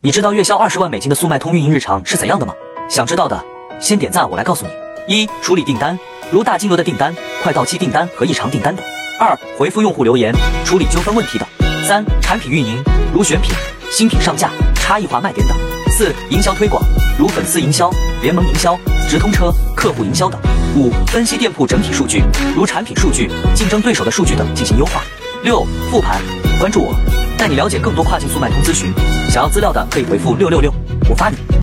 你知道月销20万美金的速卖通运营日常是怎样的吗？想知道的，先点赞，我来告诉你。1、处理订单，如大金额的订单、快到期订单和异常订单等。2、回复用户留言，处理纠纷问题等。3、产品运营，如选品、新品上架、差异化卖点等。4、营销推广，如粉丝营销、联盟营销、直通车、客户营销等。5、分析店铺整体数据，如产品数据、竞争对手的数据等进行优化。6、复盘，关注我，带你了解更多跨境速卖通咨询。想要资料的可以回复666，我发你。